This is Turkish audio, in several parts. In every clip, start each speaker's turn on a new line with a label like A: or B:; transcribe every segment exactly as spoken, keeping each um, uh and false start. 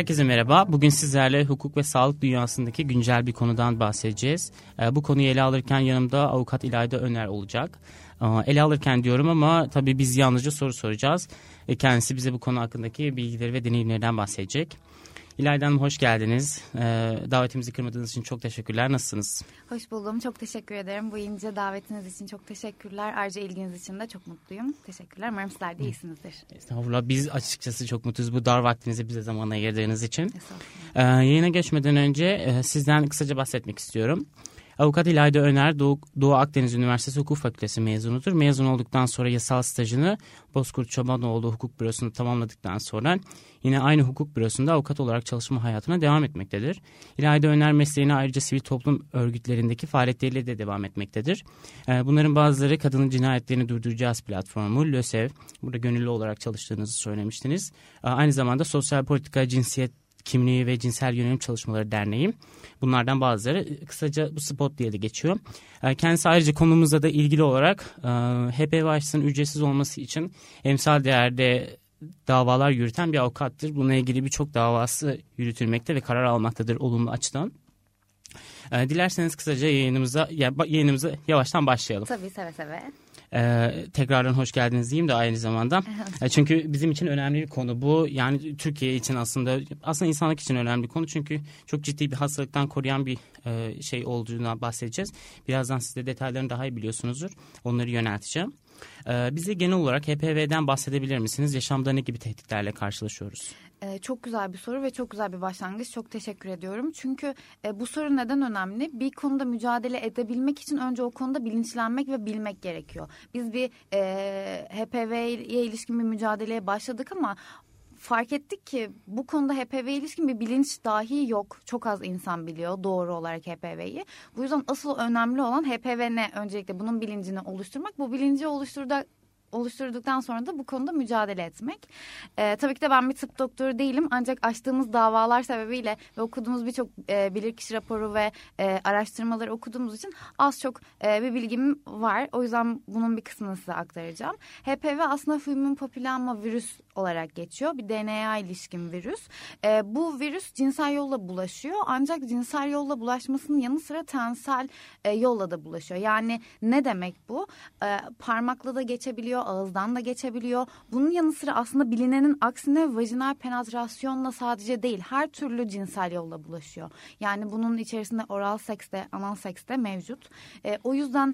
A: Herkese merhaba. Bugün sizlerle hukuk ve sağlık dünyasındaki güncel bir konudan bahsedeceğiz. Bu konuyu ele alırken yanımda avukat İlayda Öner olacak. Ele alırken diyorum ama tabii biz yalnızca soru soracağız. Kendisi bize bu konu hakkındaki bilgileri ve deneyimlerinden bahsedecek. İlayda Hanım hoş geldiniz. Davetimizi kırmadığınız için çok teşekkürler. Nasılsınız?
B: Hoş buldum. Çok teşekkür ederim. Bu ince davetiniz için çok teşekkürler. Ayrıca ilginiz için de çok mutluyum. Teşekkürler. Umarım sizler de iyisinizdir.
A: Estağfurullah. Biz açıkçası çok mutluyuz bu dar vaktinizi bize zaman ayırdığınız için. Ee, yayına geçmeden önce e, sizden kısaca bahsetmek istiyorum. Avukat İlayda Öner Doğu, Doğu Akdeniz Üniversitesi Hukuk Fakültesi mezunudur. Mezun olduktan sonra yasal stajını Bozkurt Çobanoğlu Hukuk Bürosu'nda tamamladıktan sonra yine aynı hukuk bürosunda avukat olarak çalışma hayatına devam etmektedir. İlayda Öner mesleğine ayrıca sivil toplum örgütlerindeki faaliyetleriyle de devam etmektedir. Bunların bazıları kadının cinayetlerini durduracağız platformu, LÖSEV, burada gönüllü olarak çalıştığınızı söylemiştiniz. Aynı zamanda Sosyal Politika, Cinsiyet Kimliği ve Cinsel Yönelim Çalışmaları Derneği. Bunlardan bazıları kısaca bu spot diye de geçiyor. Kendisi ayrıca konumuzla da ilgili olarak H P V aşısının ücretsiz olması için emsal değerde davalar yürüten bir avukattır. Bununla ilgili birçok davası yürütülmekte ve karar almaktadır olumlu açıdan. Dilerseniz kısaca yayınımıza, yayınımıza yavaştan başlayalım.
B: Tabii, seve seve.
A: Ee, tekrardan hoş geldiniz diyeyim de aynı zamanda. Çünkü bizim için önemli bir konu bu. Yani Türkiye için aslında aslında insanlık için önemli bir konu. Çünkü çok ciddi bir hastalıktan koruyan bir e, şey olduğuna bahsedeceğiz. Birazdan siz de detaylarını daha iyi biliyorsunuzdur. Onları yönelteceğim. Ee, bize genel olarak H P V'den bahsedebilir misiniz? Yaşamda ne gibi tehditlerle karşılaşıyoruz?
B: Ee, çok güzel bir soru ve çok güzel bir başlangıç. Çok teşekkür ediyorum. Çünkü e, bu soru neden önemli? Bir konuda mücadele edebilmek için önce o konuda bilinçlenmek ve bilmek gerekiyor. Biz bir e, H P V'ye ilişkin bir mücadeleye başladık ama fark ettik ki bu konuda H P V'ye ilişkin bir bilinç dahi yok. Çok az insan biliyor doğru olarak H P V'yi. Bu yüzden asıl önemli olan H P V ne? Öncelikle bunun bilincini oluşturmak. Bu bilinci oluşturda oluşturduktan sonra da bu konuda mücadele etmek. Ee, tabii ki de ben bir tıp doktoru değilim ancak açtığımız davalar sebebiyle ve okuduğumuz birçok e, bilirkişi raporu ve e, araştırmaları okuduğumuz için az çok e, bir bilgim var. O yüzden bunun bir kısmını size aktaracağım. H P V aslında Human Papilloma virüs olarak geçiyor. Bir D N A ilişkin virüs. E, bu virüs cinsel yolla bulaşıyor ancak cinsel yolla bulaşmasının yanı sıra tensel e, yolla da bulaşıyor. Yani ne demek bu? E, parmakla da geçebiliyor, ağızdan da geçebiliyor. Bunun yanı sıra aslında bilinenin aksine vajinal penetrasyonla sadece değil her türlü cinsel yolla bulaşıyor. Yani bunun içerisinde oral seks de anal seks de mevcut. E, o yüzden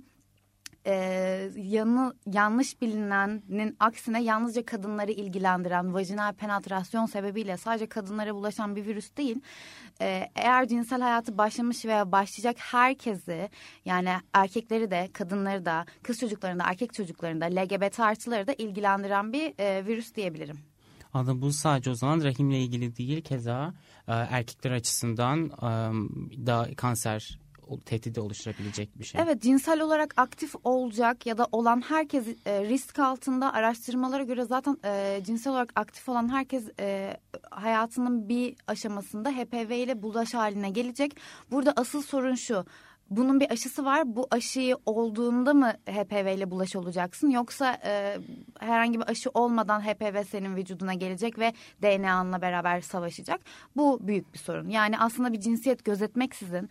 B: Ee, yanı, yanlış bilinenin aksine yalnızca kadınları ilgilendiren vajinal penetrasyon sebebiyle sadece kadınlara bulaşan bir virüs değil. Ee, eğer cinsel hayatı başlamış veya başlayacak herkesi yani erkekleri de kadınları da kız çocuklarını da erkek çocuklarını da L G B T artıları da ilgilendiren bir e, virüs diyebilirim.
A: Aslında bu sadece o zaman rahimle ilgili değil keza e, erkekler açısından e, da kanser tehdidi oluşturabilecek bir şey.
B: Evet, cinsel olarak aktif olacak ya da olan herkes e, risk altında. Araştırmalara göre zaten e, cinsel olarak aktif olan herkes e, hayatının bir aşamasında H P V ile bulaş haline gelecek. Burada asıl sorun şu. Bunun bir aşısı var. Bu aşıyı olduğunda mı H P V ile bulaş olacaksın? Yoksa e, herhangi bir aşı olmadan H P V senin vücuduna gelecek ve D N A'nla beraber savaşacak. Bu büyük bir sorun. Yani aslında bir cinsiyet gözetmeksizin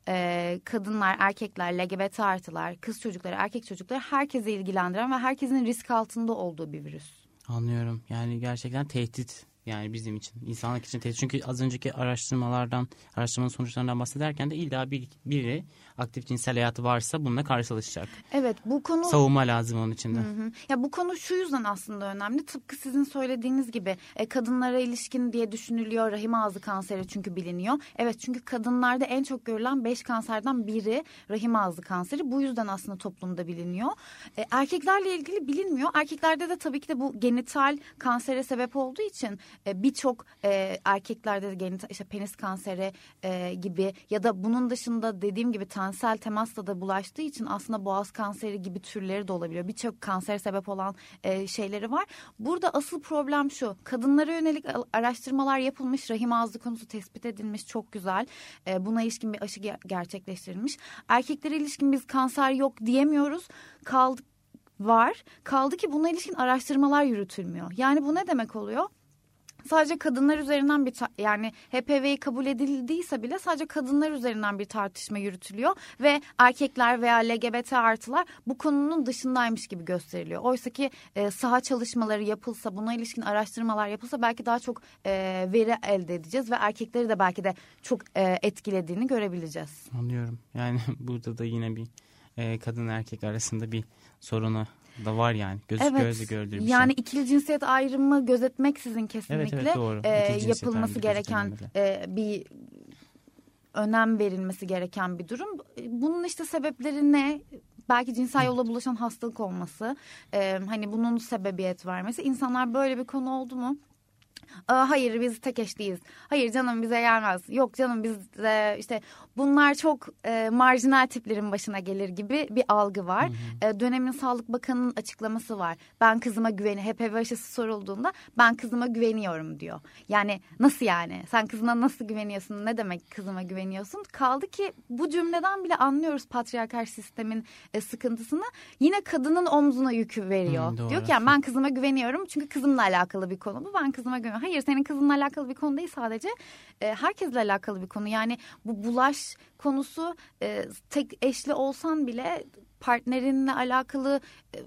B: e, kadınlar, erkekler, L G B T artılar, kız çocukları, erkek çocukları herkesi ilgilendiren ve herkesin risk altında olduğu bir virüs.
A: Anlıyorum. Yani gerçekten tehdit. Yani bizim için, insanlık için tehdit. Çünkü az önceki araştırmalardan, araştırmanın sonuçlarından bahsederken de illa bir, biri aktif cinsel hayatı varsa bununla karşılaşacak.
B: Evet, bu konu...
A: Savunma lazım onun için de.
B: Hı hı. Ya bu konu şu yüzden aslında önemli. Tıpkı sizin söylediğiniz gibi e, kadınlara ilişkin diye düşünülüyor. Rahim ağzı kanseri çünkü biliniyor. Evet, çünkü kadınlarda en çok görülen beş kanserden biri rahim ağzı kanseri. Bu yüzden aslında toplumda biliniyor. E, erkeklerle ilgili bilinmiyor. Erkeklerde de tabii ki de bu genital kansere sebep olduğu için e, birçok e, erkeklerde de genital işte penis kanseri e, gibi ya da bunun dışında dediğim gibi tensel temasla da bulaştığı için aslında boğaz kanseri gibi türleri de olabiliyor. Birçok kansere sebep olan e, şeyleri var. Burada asıl problem şu. Kadınlara yönelik araştırmalar yapılmış. Rahim ağzı konusu tespit edilmiş. Çok güzel. E, buna ilişkin bir aşı ger- gerçekleştirilmiş. Erkeklere ilişkin biz kanser yok diyemiyoruz. Kaldı var. Kaldı ki buna ilişkin araştırmalar yürütülmüyor. Yani bu ne demek oluyor? sadece kadınlar üzerinden bir ta- yani H P V'yi kabul edildiyse bile sadece kadınlar üzerinden bir tartışma yürütülüyor ve erkekler veya L G B T artılar bu konunun dışındaymış gibi gösteriliyor. Oysa ki e, saha çalışmaları yapılsa, buna ilişkin araştırmalar yapılsa belki daha çok e, veri elde edeceğiz ve erkekleri de belki de çok e, etkilediğini görebileceğiz.
A: Anlıyorum. Yani burada da yine bir e, kadın erkek arasında bir sorunu da var yani. Göz
B: evet,
A: gözle gördüğü bir
B: yani
A: şey.
B: Yani ikili cinsiyet ayrımı gözetmeksizin kesinlikle
A: evet, evet, doğru.
B: E, yapılması gereken e, bir önem verilmesi gereken bir durum. Bunun işte sebepleri ne? Belki cinsel yolla bulaşan hastalık olması, e, hani bunun sebebiyet vermesi. İnsanlar böyle bir konu oldu mu? Aa, hayır biz tek eşliyiz. Hayır canım bize gelmez. Yok canım biz de işte bunlar çok e, marjinal tiplerin başına gelir gibi bir algı var. Hı hı. E, dönemin Sağlık Bakanı'nın açıklaması var. Ben kızıma güveniyorum. H P V aşısı sorulduğunda ben kızıma güveniyorum diyor. Yani nasıl yani? Sen kızına nasıl güveniyorsun? Ne demek kızıma güveniyorsun? Kaldı ki bu cümleden bile anlıyoruz patriarkal sistemin e, sıkıntısını. Yine kadının omzuna yükü veriyor. Hı, diyor ki yani ben kızıma güveniyorum çünkü kızımla alakalı bir konu bu. Ben kızıma güveniyorum. Hayır senin kızınla alakalı bir konu değil sadece. E, herkesle alakalı bir konu. Yani bu bulaş konusu e, tek eşli olsan bile partnerinle alakalı e,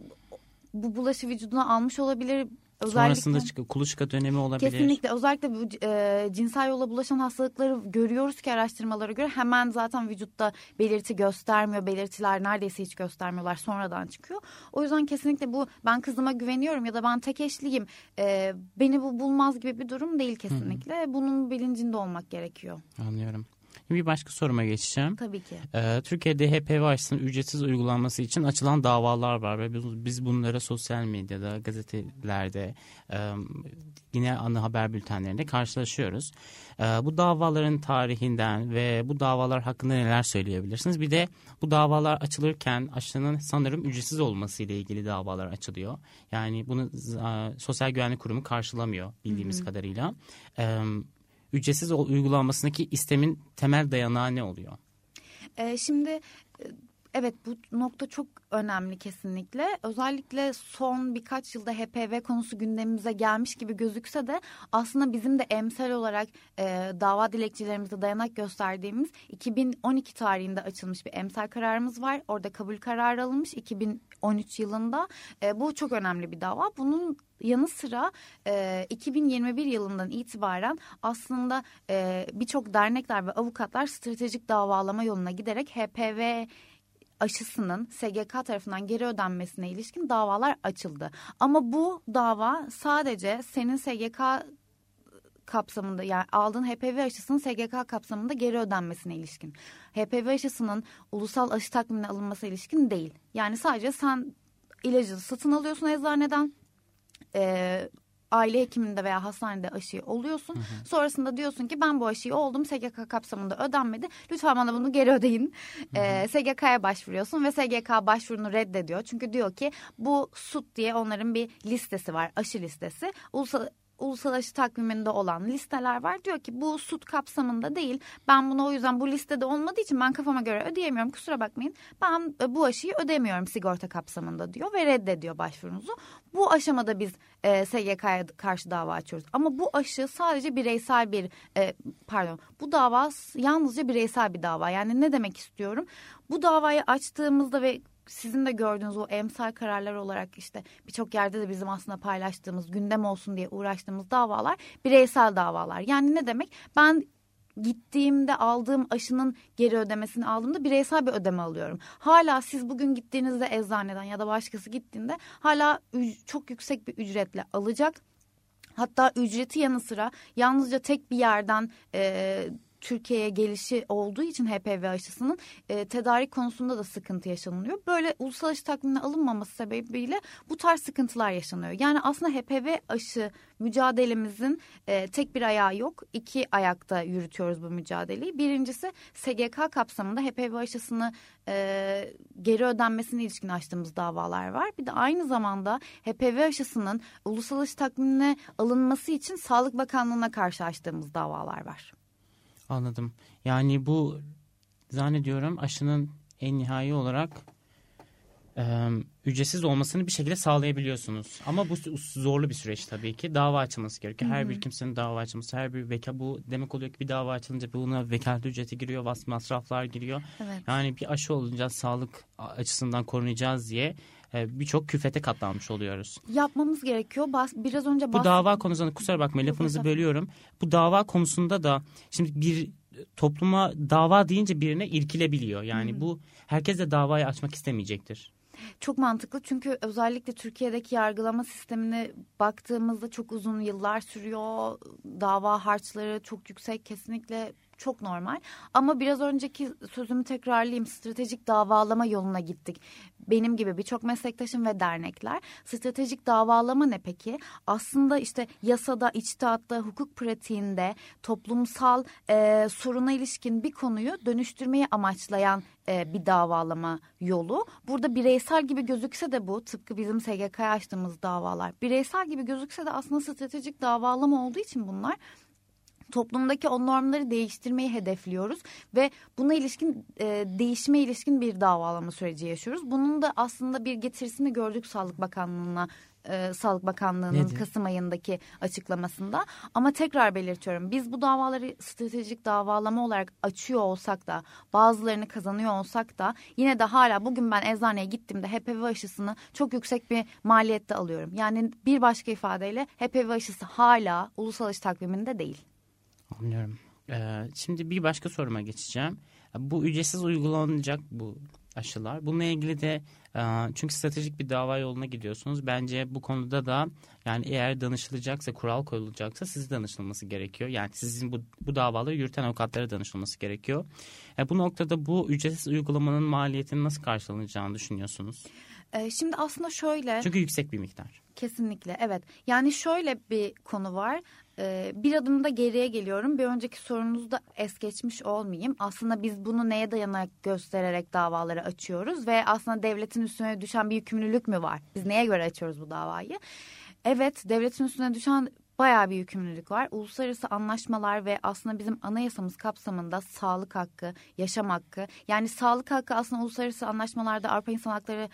B: bu bulaşı vücuduna almış olabilir.
A: Sonrasında çık- kuluçka dönemi olabilir.
B: Kesinlikle. Özellikle bu e, cinsel yolla bulaşan hastalıkları görüyoruz ki araştırmalara göre hemen zaten vücutta belirti göstermiyor. Belirtiler neredeyse hiç göstermiyorlar. Sonradan çıkıyor. O yüzden kesinlikle bu ben kızıma güveniyorum ya da ben tek eşliyim. E, beni bu bulmaz gibi bir durum değil kesinlikle. Hı-hı. Bunun bilincinde olmak gerekiyor.
A: Anlıyorum. Bir başka soruma geçeceğim.
B: Tabii ki.
A: Ee, Türkiye'de H P V aşısının ücretsiz uygulanması için açılan davalar var ve biz, biz bunları sosyal medyada, gazetelerde, e, yine ana haber bültenlerinde karşılaşıyoruz. E, bu davaların tarihinden ve bu davalar hakkında neler söyleyebilirsiniz? Bir de bu davalar açılırken aşının sanırım ücretsiz olması ile ilgili davalar açılıyor. Yani bunu e, Sosyal Güvenlik Kurumu karşılamıyor bildiğimiz Hı-hı. kadarıyla. Evet. Ücretsiz uygulanmasındaki istemin temel dayanağı ne oluyor?
B: Ee, şimdi evet bu nokta çok önemli kesinlikle. Özellikle son birkaç yılda H P V konusu gündemimize gelmiş gibi gözükse de aslında bizim de emsal olarak e, dava dilekçelerimizde dayanak gösterdiğimiz iki bin on iki tarihinde açılmış bir emsal kararımız var. Orada kabul kararı alınmış iki bin on üç yılında. E, bu çok önemli bir dava. Bunun yanı sıra e, iki bin yirmi bir yılından itibaren aslında e, birçok dernekler ve avukatlar stratejik davalama yoluna giderek H P V aşısının S G K tarafından geri ödenmesine ilişkin davalar açıldı. Ama bu dava sadece senin S G K kapsamında yani aldığın H P V aşısının S G K kapsamında geri ödenmesine ilişkin. H P V aşısının ulusal aşı takvimine alınmasına ilişkin değil. Yani sadece sen ilacı satın alıyorsun eczaneden. Ee, aile hekiminde veya hastanede aşıyı oluyorsun. Hı hı. Sonrasında diyorsun ki ben bu aşıyı oldum. S G K kapsamında ödenmedi. Lütfen bana bunu geri ödeyin. Ee, S G K'ya başvuruyorsun ve S G K başvurunu reddediyor. Çünkü diyor ki bu S U T diye onların bir listesi var. Aşı listesi. Ulusal Ulusal aşı takviminde olan listeler var. Diyor ki bu S U T kapsamında değil. Ben bunu o yüzden bu listede olmadığı için ben kafama göre ödeyemiyorum. Kusura bakmayın. Ben bu aşıyı ödemiyorum sigorta kapsamında diyor ve reddediyor başvurunuzu. Bu aşamada biz e, S G K'ya karşı dava açıyoruz. Ama bu aşı sadece bireysel bir e, pardon bu dava yalnızca bireysel bir dava. Yani ne demek istiyorum? Bu davayı açtığımızda ve sizin de gördüğünüz o emsal kararlar olarak işte birçok yerde de bizim aslında paylaştığımız, gündem olsun diye uğraştığımız davalar bireysel davalar. Yani ne demek? Ben gittiğimde aldığım aşının geri ödemesini aldığımda bireysel bir ödeme alıyorum. Hala siz bugün gittiğinizde eczaneden ya da başkası gittiğinde hala çok yüksek bir ücretle alacak. Hatta ücreti yanı sıra yalnızca tek bir yerden e, Türkiye'ye gelişi olduğu için H P V aşısının e, tedarik konusunda da sıkıntı yaşanılıyor. Böyle ulusal aşı takvimine alınmaması sebebiyle bu tarz sıkıntılar yaşanıyor. Yani aslında H P V aşı mücadelemizin e, tek bir ayağı yok. İki ayakta yürütüyoruz bu mücadeleyi. Birincisi S G K kapsamında H P V aşısını e, geri ödenmesine ilişkin açtığımız davalar var. Bir de aynı zamanda H P V aşısının ulusal aşı takvimine alınması için Sağlık Bakanlığı'na karşı açtığımız davalar var.
A: Anladım. Yani bu zannediyorum aşının en nihai olarak e, ücretsiz olmasını bir şekilde sağlayabiliyorsunuz. Ama bu zorlu bir süreç tabii ki. Dava açılması gerekiyor. Her Hı-hı. bir kimsenin dava açılması, her bir veka, bu demek oluyor ki bir dava açılınca buna vekalet ücreti giriyor, masraflar giriyor. Evet. Yani bir aşı olunca sağlık açısından korunacağız diye birçok külfete katlanmış oluyoruz.
B: Yapmamız gerekiyor. Biraz önce bahsettim.
A: Bu dava konusunda, kusura bakmayın lafınızı bölüyorum. Bu dava konusunda da şimdi bir topluma dava deyince birine irkilebiliyor. Yani hmm. bu herkes de davayı açmak istemeyecektir.
B: Çok mantıklı çünkü özellikle Türkiye'deki yargılama sistemine baktığımızda çok uzun yıllar sürüyor. Dava harçları çok yüksek, kesinlikle çok normal. Ama biraz önceki sözümü tekrarlayayım. Stratejik davalama yoluna gittik. Benim gibi birçok meslektaşım ve dernekler. Stratejik davalama ne peki? Aslında işte yasada, içtihatta, hukuk pratiğinde toplumsal e, soruna ilişkin bir konuyu dönüştürmeyi amaçlayan e, bir davalama yolu. Burada bireysel gibi gözükse de bu, tıpkı bizim S G K'ya açtığımız davalar. Bireysel gibi gözükse de aslında stratejik davalama olduğu için bunlar toplumdaki o normları değiştirmeyi hedefliyoruz ve buna ilişkin e, değişime ilişkin bir davalama süreci yaşıyoruz. Bunun da aslında bir getirisini gördük Sağlık Bakanlığı'na. E, Sağlık Bakanlığı'nın Nedir? Kasım ayındaki açıklamasında. Ama tekrar belirtiyorum, biz bu davaları stratejik davalama olarak açıyor olsak da, bazılarını kazanıyor olsak da yine de hala bugün ben eczaneye gittiğimde H P V aşısını çok yüksek bir maliyette alıyorum. Yani bir başka ifadeyle H P V aşısı hala ulusal aşı takviminde değil.
A: Anlıyorum. Ee, şimdi bir başka soruma geçeceğim. Bu ücretsiz uygulanacak bu aşılar. Bununla ilgili de e, çünkü stratejik bir dava yoluna gidiyorsunuz. Bence bu konuda da yani eğer danışılacaksa, kural koyulacaksa size danışılması gerekiyor. Yani sizin bu, bu davaları yürüten avukatlara danışılması gerekiyor. E, bu noktada bu ücretsiz uygulamanın maliyetinin nasıl karşılanacağını düşünüyorsunuz?
B: Ee, şimdi aslında şöyle.
A: Çünkü yüksek bir miktar.
B: Kesinlikle, evet. Yani şöyle bir konu var. Ee, bir adım da geriye geliyorum. Bir önceki sorunuzu da es geçmiş olmayayım. Aslında biz bunu neye dayanarak göstererek davaları açıyoruz ve aslında devletin üstüne düşen bir yükümlülük mü var? Biz neye göre açıyoruz bu davayı? Evet, devletin üstüne düşen bayağı bir yükümlülük var. Uluslararası anlaşmalar ve aslında bizim anayasamız kapsamında sağlık hakkı, yaşam hakkı. Yani sağlık hakkı aslında uluslararası anlaşmalarda Avrupa İnsan Hakları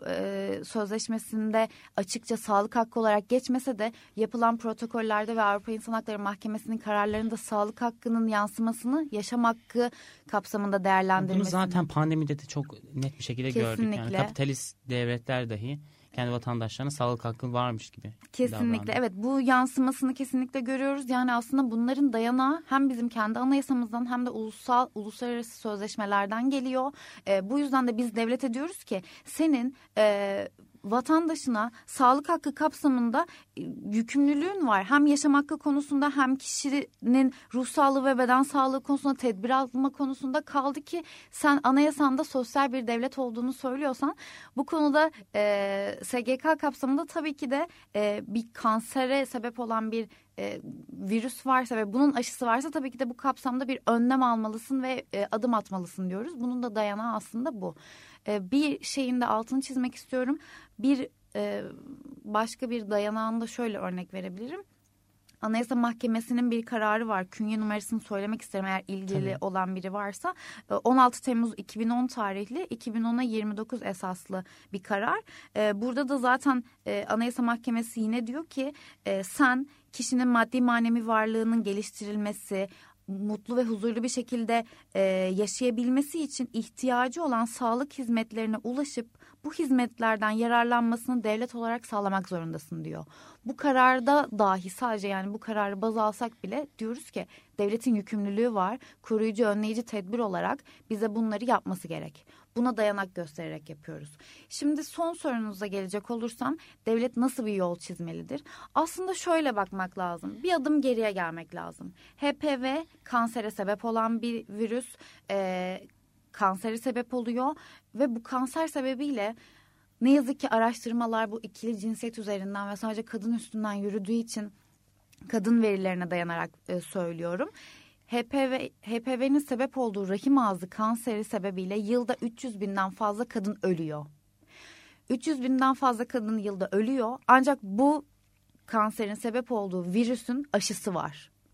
B: e, Sözleşmesi'nde açıkça sağlık hakkı olarak geçmese de yapılan protokollerde ve Avrupa İnsan Hakları Mahkemesi'nin kararlarında sağlık hakkının yansımasını yaşam hakkı kapsamında değerlendirmesini.
A: Bunu zaten pandemide de çok net bir şekilde Kesinlikle. gördük. Yani kapitalist devletler dahi kendi vatandaşlarına sağlık hakkı varmış gibi.
B: Kesinlikle davranıyor. Evet, bu yansımasını kesinlikle görüyoruz. Yani aslında bunların dayanağı hem bizim kendi anayasamızdan hem de ulusal uluslararası sözleşmelerden geliyor. E, bu yüzden de biz devlete diyoruz ki senin e, vatandaşına sağlık hakkı kapsamında yükümlülüğün var. Hem yaşam hakkı konusunda hem kişinin ruh sağlığı ve beden sağlığı konusunda tedbir alma konusunda, kaldı ki sen anayasanda sosyal bir devlet olduğunu söylüyorsan bu konuda e, S G K kapsamında tabii ki de e, bir kansere sebep olan bir e, virüs varsa ve bunun aşısı varsa tabii ki de bu kapsamda bir önlem almalısın ve e, adım atmalısın diyoruz. Bunun da dayanağı aslında bu. E, bir şeyin de altını çizmek istiyorum. Bir e, başka bir dayanağında şöyle örnek verebilirim. Anayasa Mahkemesi'nin bir kararı var. Künye numarasını söylemek isterim eğer ilgili Tabii. olan biri varsa. on altı Temmuz iki bin on tarihli, iki bin ona yirmi dokuz esaslı bir karar. Burada da zaten Anayasa Mahkemesi yine diyor ki sen kişinin maddi manevi varlığının geliştirilmesi, mutlu ve huzurlu bir şekilde e, yaşayabilmesi için ihtiyacı olan sağlık hizmetlerine ulaşıp bu hizmetlerden yararlanmasını devlet olarak sağlamak zorundasın diyor. Bu kararda dahi sadece yani bu kararı baz alsak bile diyoruz ki devletin yükümlülüğü var. Koruyucu, önleyici tedbir olarak bize bunları yapması gerek. Buna dayanak göstererek yapıyoruz. Şimdi son sorunuza gelecek olursam devlet nasıl bir yol çizmelidir? Aslında şöyle bakmak lazım. Bir adım geriye gelmek lazım. H P V kansere sebep olan bir virüs. E, kansere sebep oluyor ve bu kanser sebebiyle ne yazık ki araştırmalar bu ikili cinsiyet üzerinden ve sadece kadın üstünden yürüdüğü için kadın verilerine dayanarak e, söylüyorum. H P V, H P V'nin sebep olduğu rahim ağzı kanseri sebebiyle yılda üç yüz binden fazla kadın ölüyor. üç yüz binden fazla kadın yılda ölüyor. Ancak bu kanserin sebep olduğu virüsün aşısı var.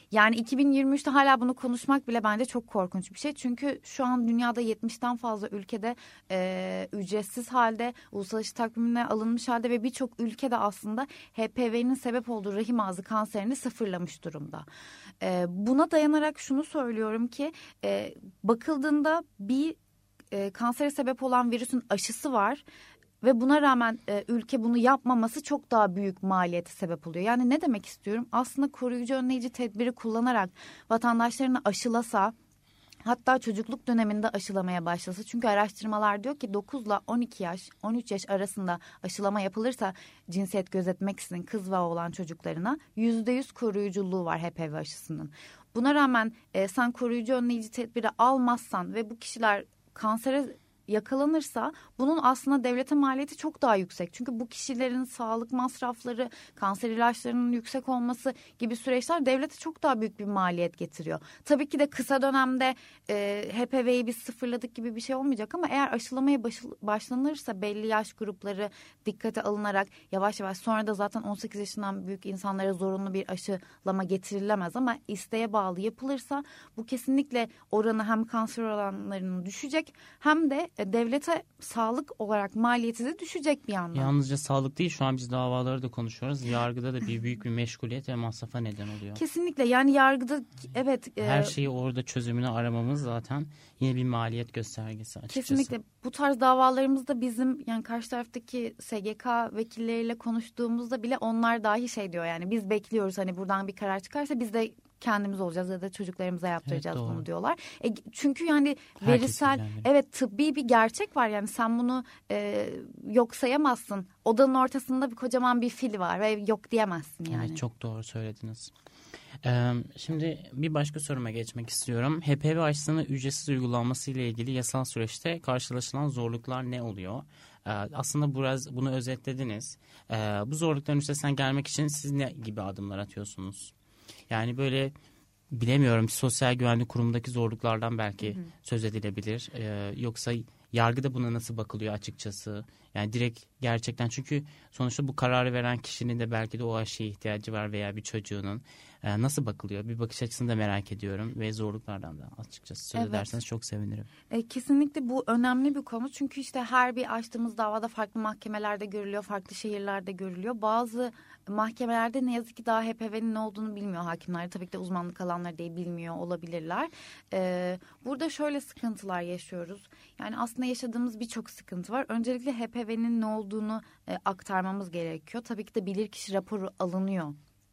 B: Yani iki bin yirmi üçte hala bunu konuşmak bile bence çok korkunç bir şey. Çünkü şu an dünyada yetmişten fazla ülkede e, ücretsiz halde, uluslararası takvimine alınmış halde ve birçok ülkede aslında H P V'nin sebep olduğu rahim ağzı kanserini sıfırlamış durumda. E, buna dayanarak şunu söylüyorum ki e, bakıldığında bir e, kansere sebep olan virüsün aşısı var. Ve buna rağmen e, ülke bunu yapmaması çok daha büyük maliyete sebep oluyor. Yani ne demek istiyorum? Aslında koruyucu önleyici tedbiri kullanarak vatandaşlarını aşılasa, hatta çocukluk döneminde aşılamaya başlasa. Çünkü araştırmalar diyor ki dokuzla on iki yaş, on üç yaş arasında aşılama yapılırsa cinsiyet gözetmeksizin kız ve oğlan çocuklarına yüzde yüz koruyuculuğu var H P V aşısının. Buna rağmen e, sen koruyucu önleyici tedbiri almazsan ve bu kişiler kansere yakalanırsa bunun aslında devlete maliyeti çok daha yüksek. Çünkü bu kişilerin sağlık masrafları, kanser ilaçlarının yüksek olması gibi süreçler devlete çok daha büyük bir maliyet getiriyor. Tabii ki de kısa dönemde e, H P V'yi biz sıfırladık gibi bir şey olmayacak ama eğer aşılamaya baş, başlanırsa belli yaş grupları dikkate alınarak yavaş yavaş, sonra da zaten on sekiz yaşından büyük insanlara zorunlu bir aşılama getirilemez ama isteğe bağlı yapılırsa bu kesinlikle oranı hem kanser oranlarının düşecek hem de devlete sağlık olarak maliyeti de düşecek bir yandan.
A: Yalnızca sağlık değil, şu an biz davaları da konuşuyoruz. Yargıda da bir büyük bir meşguliyet ve masrafa neden oluyor.
B: Kesinlikle, yani yargıda evet.
A: Her şeyi orada çözümünü aramamız zaten yine bir maliyet göstergesi açıkçası.
B: Kesinlikle bu tarz davalarımızda bizim, yani karşı taraftaki S G K vekilleriyle konuştuğumuzda bile onlar dahi şey diyor, yani biz bekliyoruz hani buradan bir karar çıkarsa biz de kendimiz olacağız ya da çocuklarımıza yaptıracağız evet, bunu diyorlar. E, çünkü yani verisel, evet, tıbbi bir gerçek var, yani sen bunu e, yok sayamazsın. Odanın ortasında bir kocaman bir fil var ve yok diyemezsin yani.
A: Evet, çok doğru söylediniz. Ee, şimdi bir başka soruma geçmek istiyorum. H P V aşısının ücretsiz uygulanması ile ilgili yasal süreçte karşılaşılan zorluklar ne oluyor? Ee, aslında biraz bunu özetlediniz. Ee, bu zorlukların üstesinden gelmek için siz ne gibi adımlar atıyorsunuz? Yani böyle bilemiyorum, sosyal güvenlik kurumundaki zorluklardan belki hı hı. söz edilebilir. Ee, yoksa yargıda buna nasıl bakılıyor açıkçası? Yani direkt gerçekten, çünkü sonuçta bu kararı veren kişinin de belki de o aşıya ihtiyacı var veya bir çocuğunun. Ee, nasıl bakılıyor? Bir bakış açısını da merak ediyorum ve zorluklardan da açıkçası söz evet. ederseniz çok sevinirim.
B: E, kesinlikle bu önemli bir konu. Çünkü işte her bir açtığımız davada farklı mahkemelerde görülüyor, farklı şehirlerde görülüyor. Bazı mahkemelerde ne yazık ki daha H P V'nin ne olduğunu bilmiyor hakimler. Tabii ki de uzmanlık alanları değil, bilmiyor olabilirler. Ee, burada şöyle sıkıntılar yaşıyoruz. Yani aslında yaşadığımız birçok sıkıntı var. Öncelikle H P V'nin ne olduğunu e, aktarmamız gerekiyor. Tabii ki de bilirkişi raporu alınıyor.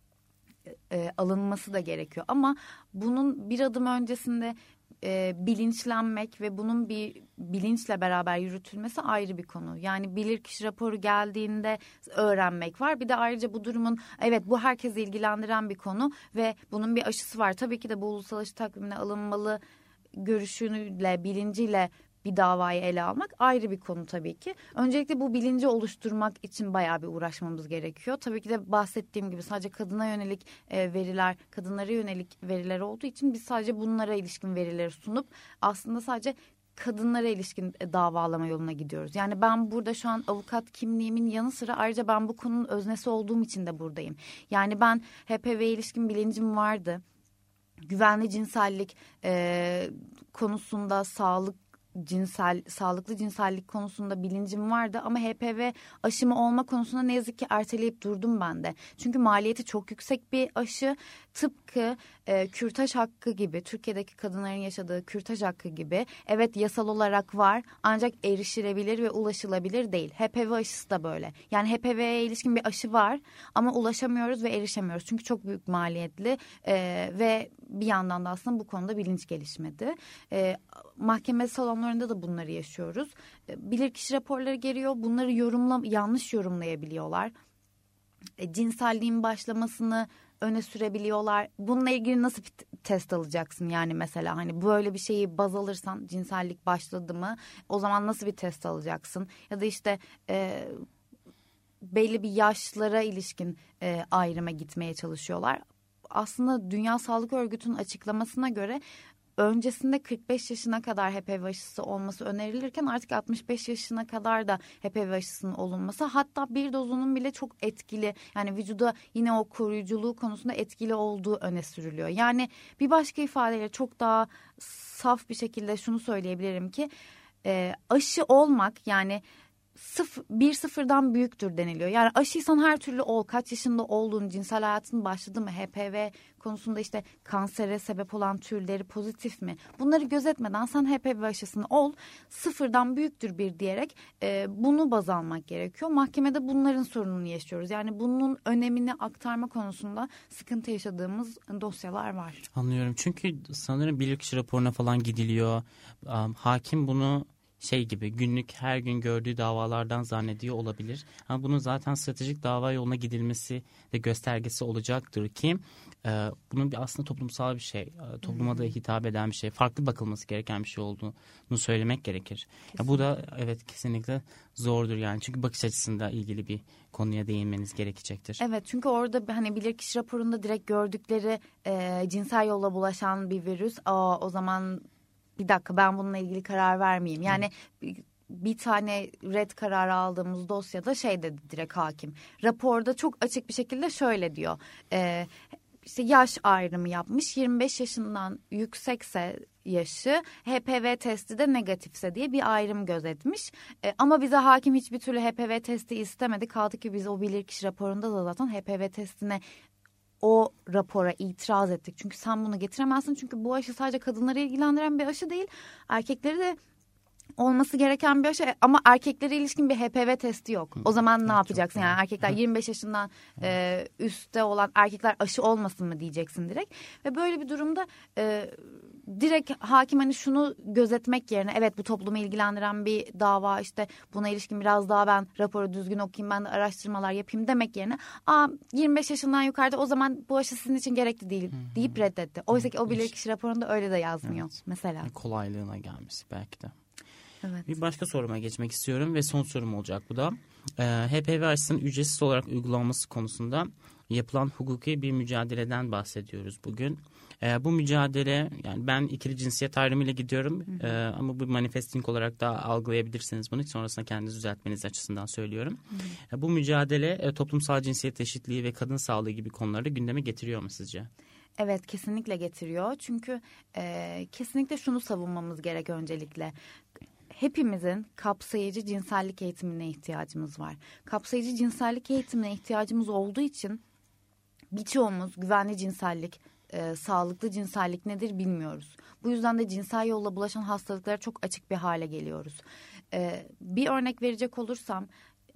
B: E, alınması da gerekiyor. Ama bunun bir adım öncesinde e, bilinçlenmek ve bunun bir bilinçle beraber yürütülmesi ayrı bir konu. Yani bilirkişi raporu geldiğinde öğrenmek var. Bir de ayrıca bu durumun, evet, bu herkesi ilgilendiren bir konu ve bunun bir aşısı var. Tabii ki de bu ulusal aşı takvimine alınmalı görüşüyle, bilinciyle bir davayı ele almak ayrı bir konu tabii ki. Öncelikle bu bilinci oluşturmak için bayağı bir uğraşmamız gerekiyor. Tabii ki de bahsettiğim gibi sadece kadına yönelik e, veriler, kadınlara yönelik veriler olduğu için biz sadece bunlara ilişkin verileri sunup aslında sadece kadınlara ilişkin davalama yoluna gidiyoruz. Yani ben burada şu an avukat kimliğimin yanı sıra ayrıca ben bu konunun öznesi olduğum için de buradayım. Yani ben H P V'ye ilişkin bilincim vardı. Güvenli cinsellik e, konusunda, sağlık cinsel, sağlıklı cinsellik konusunda bilincim vardı ama H P V aşımı olma konusunda ne yazık ki erteleyip durdum ben de. Çünkü maliyeti çok yüksek bir aşı, tıpkı e, kürtaj hakkı gibi, Türkiye'deki kadınların yaşadığı kürtaj hakkı gibi, evet yasal olarak var ancak erişilebilir ve ulaşılabilir değil. H P V aşısı da böyle. Yani H P V'ye ilişkin bir aşı var ama ulaşamıyoruz ve erişemiyoruz. Çünkü çok büyük maliyetli e, ve bir yandan da aslında bu konuda bilinç gelişmedi. E, mahkeme salonlarında da bunları yaşıyoruz. E, bilirkişi raporları geliyor. Bunları yorumla, yanlış yorumlayabiliyorlar. E, cinselliğin başlamasını öne sürebiliyorlar. Bununla ilgili nasıl bir test alacaksın? Yani mesela hani böyle bir şeyi baz alırsan, cinsellik başladı mı, o zaman nasıl bir test alacaksın? Ya da işte e, belli bir yaşlara ilişkin e, ayrıma gitmeye çalışıyorlar. Aslında Dünya Sağlık Örgütü'nün açıklamasına göre öncesinde kırk beş yaşına kadar H P V aşısı olması önerilirken artık altmış beş yaşına kadar da H P V aşısının olunması, hatta bir dozunun bile çok etkili, yani vücuda yine o koruyuculuğu konusunda etkili olduğu öne sürülüyor. Yani bir başka ifadeyle çok daha saf bir şekilde şunu söyleyebilirim ki e, aşı olmak yani Sıfır, bir sıfırdan büyüktür deniliyor. Yani aşıysan her türlü ol, kaç yaşında olduğun, cinsel hayatın başladı mı, H P V konusunda işte kansere sebep olan türleri pozitif mi? Bunları gözetmeden sen H P V aşısını ol, sıfırdan büyüktür bir diyerek e, bunu baz almak gerekiyor. Mahkemede bunların sorununu yaşıyoruz. Yani bunun önemini aktarma konusunda sıkıntı yaşadığımız dosyalar var.
A: Anlıyorum, çünkü sanırım bilirkişi raporuna falan gidiliyor. Um, hakim bunu şey gibi günlük her gün gördüğü davalardan zannediyor olabilir. Ama bunun zaten stratejik dava yoluna gidilmesi de göstergesi olacaktır ki e, bunun bir aslında toplumsal bir şey, e, topluma da hitap eden bir şey, farklı bakılması gereken bir şey olduğunu söylemek gerekir. Ya bu da evet kesinlikle zordur yani, çünkü bakış açısında ilgili bir konuya değinmeniz gerekecektir.
B: Evet, çünkü orada hani bilirkişi raporunda direkt gördükleri e, cinsel yolla bulaşan bir virüs, Aa, o zaman bir dakika ben bununla ilgili karar vermeyeyim. Yani bir, bir tane red kararı aldığımız dosyada şey dedi direkt hakim. Raporda çok açık bir şekilde şöyle diyor. E, işte yaş ayrımı yapmış. yirmi beş yaşından yüksekse yaşı, H P V testi de negatifse diye bir ayrım gözetmiş. E, ama bize hakim hiçbir türlü H P V testi istemedi. Kaldı ki biz o bilirkişi raporunda da zaten H P V testine, o rapora itiraz ettik. Çünkü sen bunu getiremezsin. Çünkü bu aşı sadece kadınları ilgilendiren bir aşı değil. Erkekleri de olması gereken bir aşı, ama erkeklere ilişkin bir H P V testi yok. O zaman evet, ne yapacaksın? Yani erkekler yirmi beş yaşından e, üstte olan erkekler aşı olmasın mı diyeceksin direkt. Ve böyle bir durumda e, direkt hakim hani şunu gözetmek yerine, evet bu toplumu ilgilendiren bir dava, işte buna ilişkin biraz daha ben raporu düzgün okuyayım, ben de araştırmalar yapayım demek yerine, aa yirmi beş yaşından yukarıda o zaman bu aşı sizin için gerekli değil deyip reddetti. Oysa ki o bilirkişi raporunda öyle de yazmıyor evet. Mesela.
A: Kolaylığına gelmesi belki de.
B: Evet.
A: Bir başka soruma geçmek istiyorum ve son sorum olacak bu da. Ee, H P V aşısının ücretsiz olarak uygulanması konusunda yapılan hukuki bir mücadeleden bahsediyoruz bugün. Ee, bu mücadele, yani ben ikili cinsiyet ayrımıyla gidiyorum ee, ama bu manifesting olarak da algılayabilirsiniz bunu. Sonrasında kendinizi düzeltmeniz açısından söylüyorum. Ee, bu mücadele e, toplumsal cinsiyet eşitliği ve kadın sağlığı gibi konuları gündeme getiriyor mu sizce?
B: Evet, kesinlikle getiriyor. Çünkü e, kesinlikle şunu savunmamız gerek öncelikle. Hepimizin kapsayıcı cinsellik eğitimine ihtiyacımız var. Kapsayıcı cinsellik eğitimine ihtiyacımız olduğu için birçoğumuz güvenli cinsellik, e, sağlıklı cinsellik nedir bilmiyoruz. Bu yüzden de cinsel yolla bulaşan hastalıklara çok açık bir hale geliyoruz. E, bir örnek verecek olursam,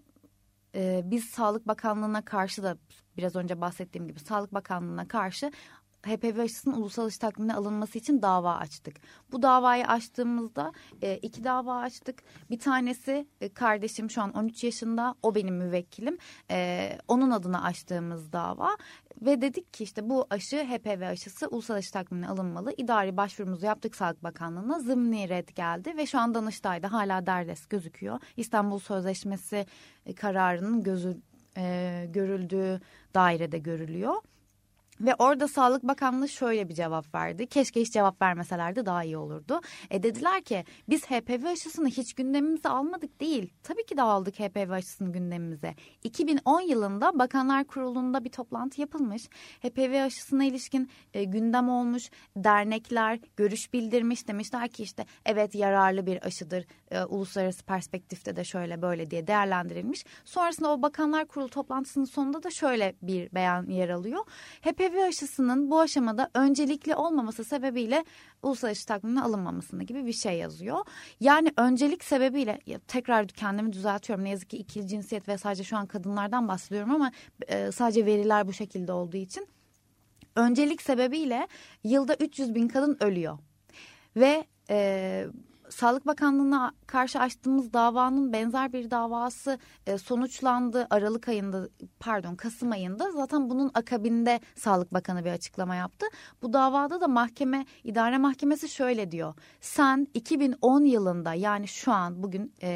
B: e, biz Sağlık Bakanlığı'na karşı da biraz önce bahsettiğim gibi Sağlık Bakanlığı'na karşı H P V aşısının ulusal aşı takvimine alınması için dava açtık. Bu davayı açtığımızda e, iki dava açtık. Bir tanesi e, kardeşim şu an on üç yaşında, o benim müvekkilim. E, onun adına açtığımız dava ve dedik ki işte bu aşı, H P V aşısı ulusal aşı takvimine alınmalı. İdari başvurumuzu yaptık Sağlık Bakanlığı'na. Zımni red geldi ve şu an Danıştay'da hala derdest gözüküyor. İstanbul Sözleşmesi e, kararının gözü, e, görüldüğü dairede görülüyor. Ve orada Sağlık Bakanlığı şöyle bir cevap verdi. Keşke hiç cevap vermeselerdi daha iyi olurdu. E dediler ki biz H P V aşısını hiç gündemimize almadık değil. Tabii ki de aldık H P V aşısını gündemimize. iki bin on yılında Bakanlar Kurulu'nda bir toplantı yapılmış. H P V aşısına ilişkin e, gündem olmuş. Dernekler görüş bildirmiş. Demişler ki işte evet yararlı bir aşıdır. E, uluslararası perspektifte de şöyle böyle diye değerlendirilmiş. Sonrasında o Bakanlar Kurulu toplantısının sonunda da şöyle bir beyan yer alıyor. H P V aşısının bu aşamada öncelikli olmaması sebebiyle ulusal aşı takvimine alınmamasına gibi bir şey yazıyor. Yani öncelik sebebiyle, ya tekrar kendimi düzeltiyorum, ne yazık ki ikili cinsiyet ve sadece şu an kadınlardan bahsediyorum ama e, sadece veriler bu şekilde olduğu için öncelik sebebiyle yılda üç yüz bin kadın ölüyor ve e, Sağlık Bakanlığı'na karşı açtığımız davanın benzer bir davası e, sonuçlandı Aralık ayında, pardon Kasım ayında. Zaten bunun akabinde Sağlık Bakanı bir açıklama yaptı. Bu davada da mahkeme, idare mahkemesi şöyle diyor. Sen iki bin on yılında, yani şu an bugün e,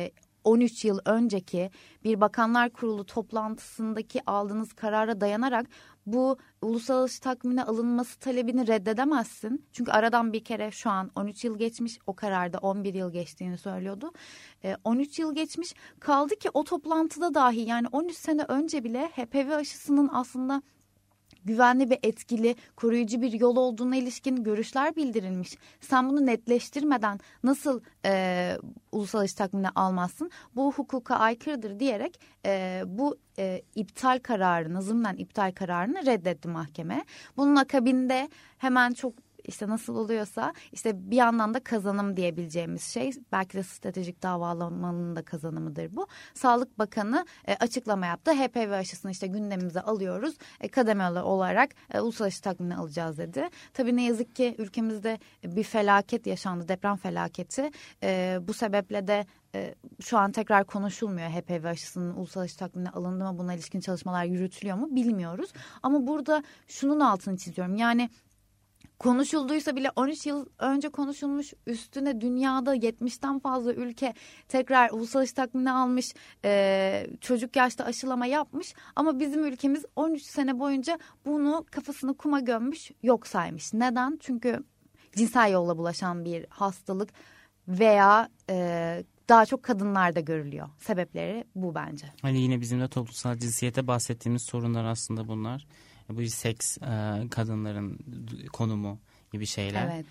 B: on üç yıl önceki bir Bakanlar Kurulu toplantısındaki aldığınız karara dayanarak bu ulusal aşı takvimine alınması talebini reddedemezsin. Çünkü aradan bir kere şu an on üç yıl geçmiş, o kararda on bir yıl geçtiğini söylüyordu. E, on üç yıl geçmiş, kaldı ki o toplantıda dahi yani on üç sene önce bile H P V aşısının aslında güvenli ve etkili, koruyucu bir yol olduğuna ilişkin görüşler bildirilmiş. Sen bunu netleştirmeden nasıl e, ulusal aşı takvimine almazsın? Bu hukuka aykırıdır diyerek e, bu e, iptal kararını, zımnen iptal kararını reddetti mahkeme. Bunun akabinde hemen çok işte nasıl oluyorsa işte bir yandan da kazanım diyebileceğimiz şey, belki de stratejik davalamanın da kazanımıdır bu. Sağlık Bakanı e, açıklama yaptı. H P V aşısını işte gündemimize alıyoruz. E, kademeli olarak e, ulusal aşı takvimini alacağız dedi. Tabii ne yazık ki ülkemizde bir felaket yaşandı. Deprem felaketi. E, bu sebeple de e, şu an tekrar konuşulmuyor H P V aşısının ulusal aşı takvimine alındı mı? Buna ilişkin çalışmalar yürütülüyor mu? Bilmiyoruz. Ama burada şunun altını çiziyorum. Yani konuşulduysa bile on üç yıl önce konuşulmuş, üstüne dünyada yetmişten fazla ülke tekrar ulusal aşı takvimini almış, e, çocuk yaşta aşılama yapmış ama bizim ülkemiz on üç sene boyunca bunu kafasını kuma gömmüş, yok saymış. Neden? Çünkü cinsel yolla bulaşan bir hastalık veya e, daha çok kadınlarda görülüyor. Sebepleri bu bence.
A: Hani yine bizim de toplumsal cinsiyete bahsettiğimiz sorunlar aslında bunlar. Bu seks, kadınların konumu gibi şeyler.
B: Evet.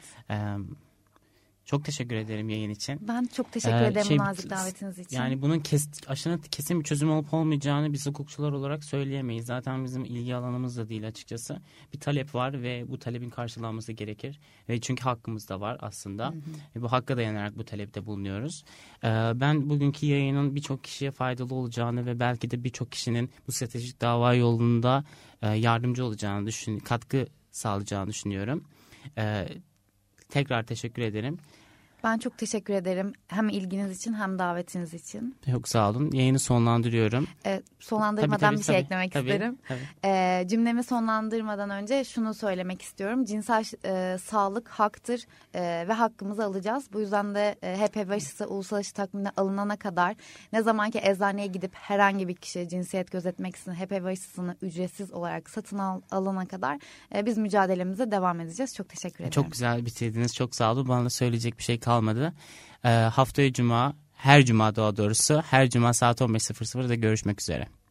A: Çok teşekkür ederim yayın için.
B: Ben çok teşekkür ee, ederim şey, nazik davetiniz için.
A: Yani bunun kes, aşının kesin bir çözüm olup olmayacağını biz hukukçular olarak söyleyemeyiz. Zaten bizim ilgi alanımız da değil açıkçası. Bir talep var ve bu talebin karşılanması gerekir. Ve çünkü hakkımız da var aslında. Hı hı. Ve bu hakka dayanarak bu talepte bulunuyoruz. Ee, ben bugünkü yayının birçok kişiye faydalı olacağını ve belki de birçok kişinin bu stratejik dava yolunda e, yardımcı olacağını düşün, katkı sağlayacağını düşünüyorum. Ee, Tekrar teşekkür ederim.
B: Ben çok teşekkür ederim. Hem ilginiz için hem davetiniz için.
A: Çok sağ olun. Yayını sonlandırıyorum.
B: Ee, sonlandırmadan tabii, tabii, bir şey tabii, eklemek
A: tabii,
B: isterim.
A: Tabii.
B: Ee, cümlemi sonlandırmadan önce şunu söylemek istiyorum. Cinsel e, sağlık haktır e, ve hakkımızı alacağız. Bu yüzden de e, H P V aşısı ulusal aşı takvimine alınana kadar ne zaman ki eczaneye gidip herhangi bir kişi cinsiyet gözetmeksizin H P V aşısını ücretsiz olarak satın al, alana kadar e, biz mücadelemize devam edeceğiz. Çok teşekkür ederim.
A: Çok güzel bitirdiniz. Çok sağ olun. Bana da söyleyecek bir şey kalmadı. E, haftaya cuma, her cuma daha doğrusu her cuma saat on beş sıfır sıfırda görüşmek üzere.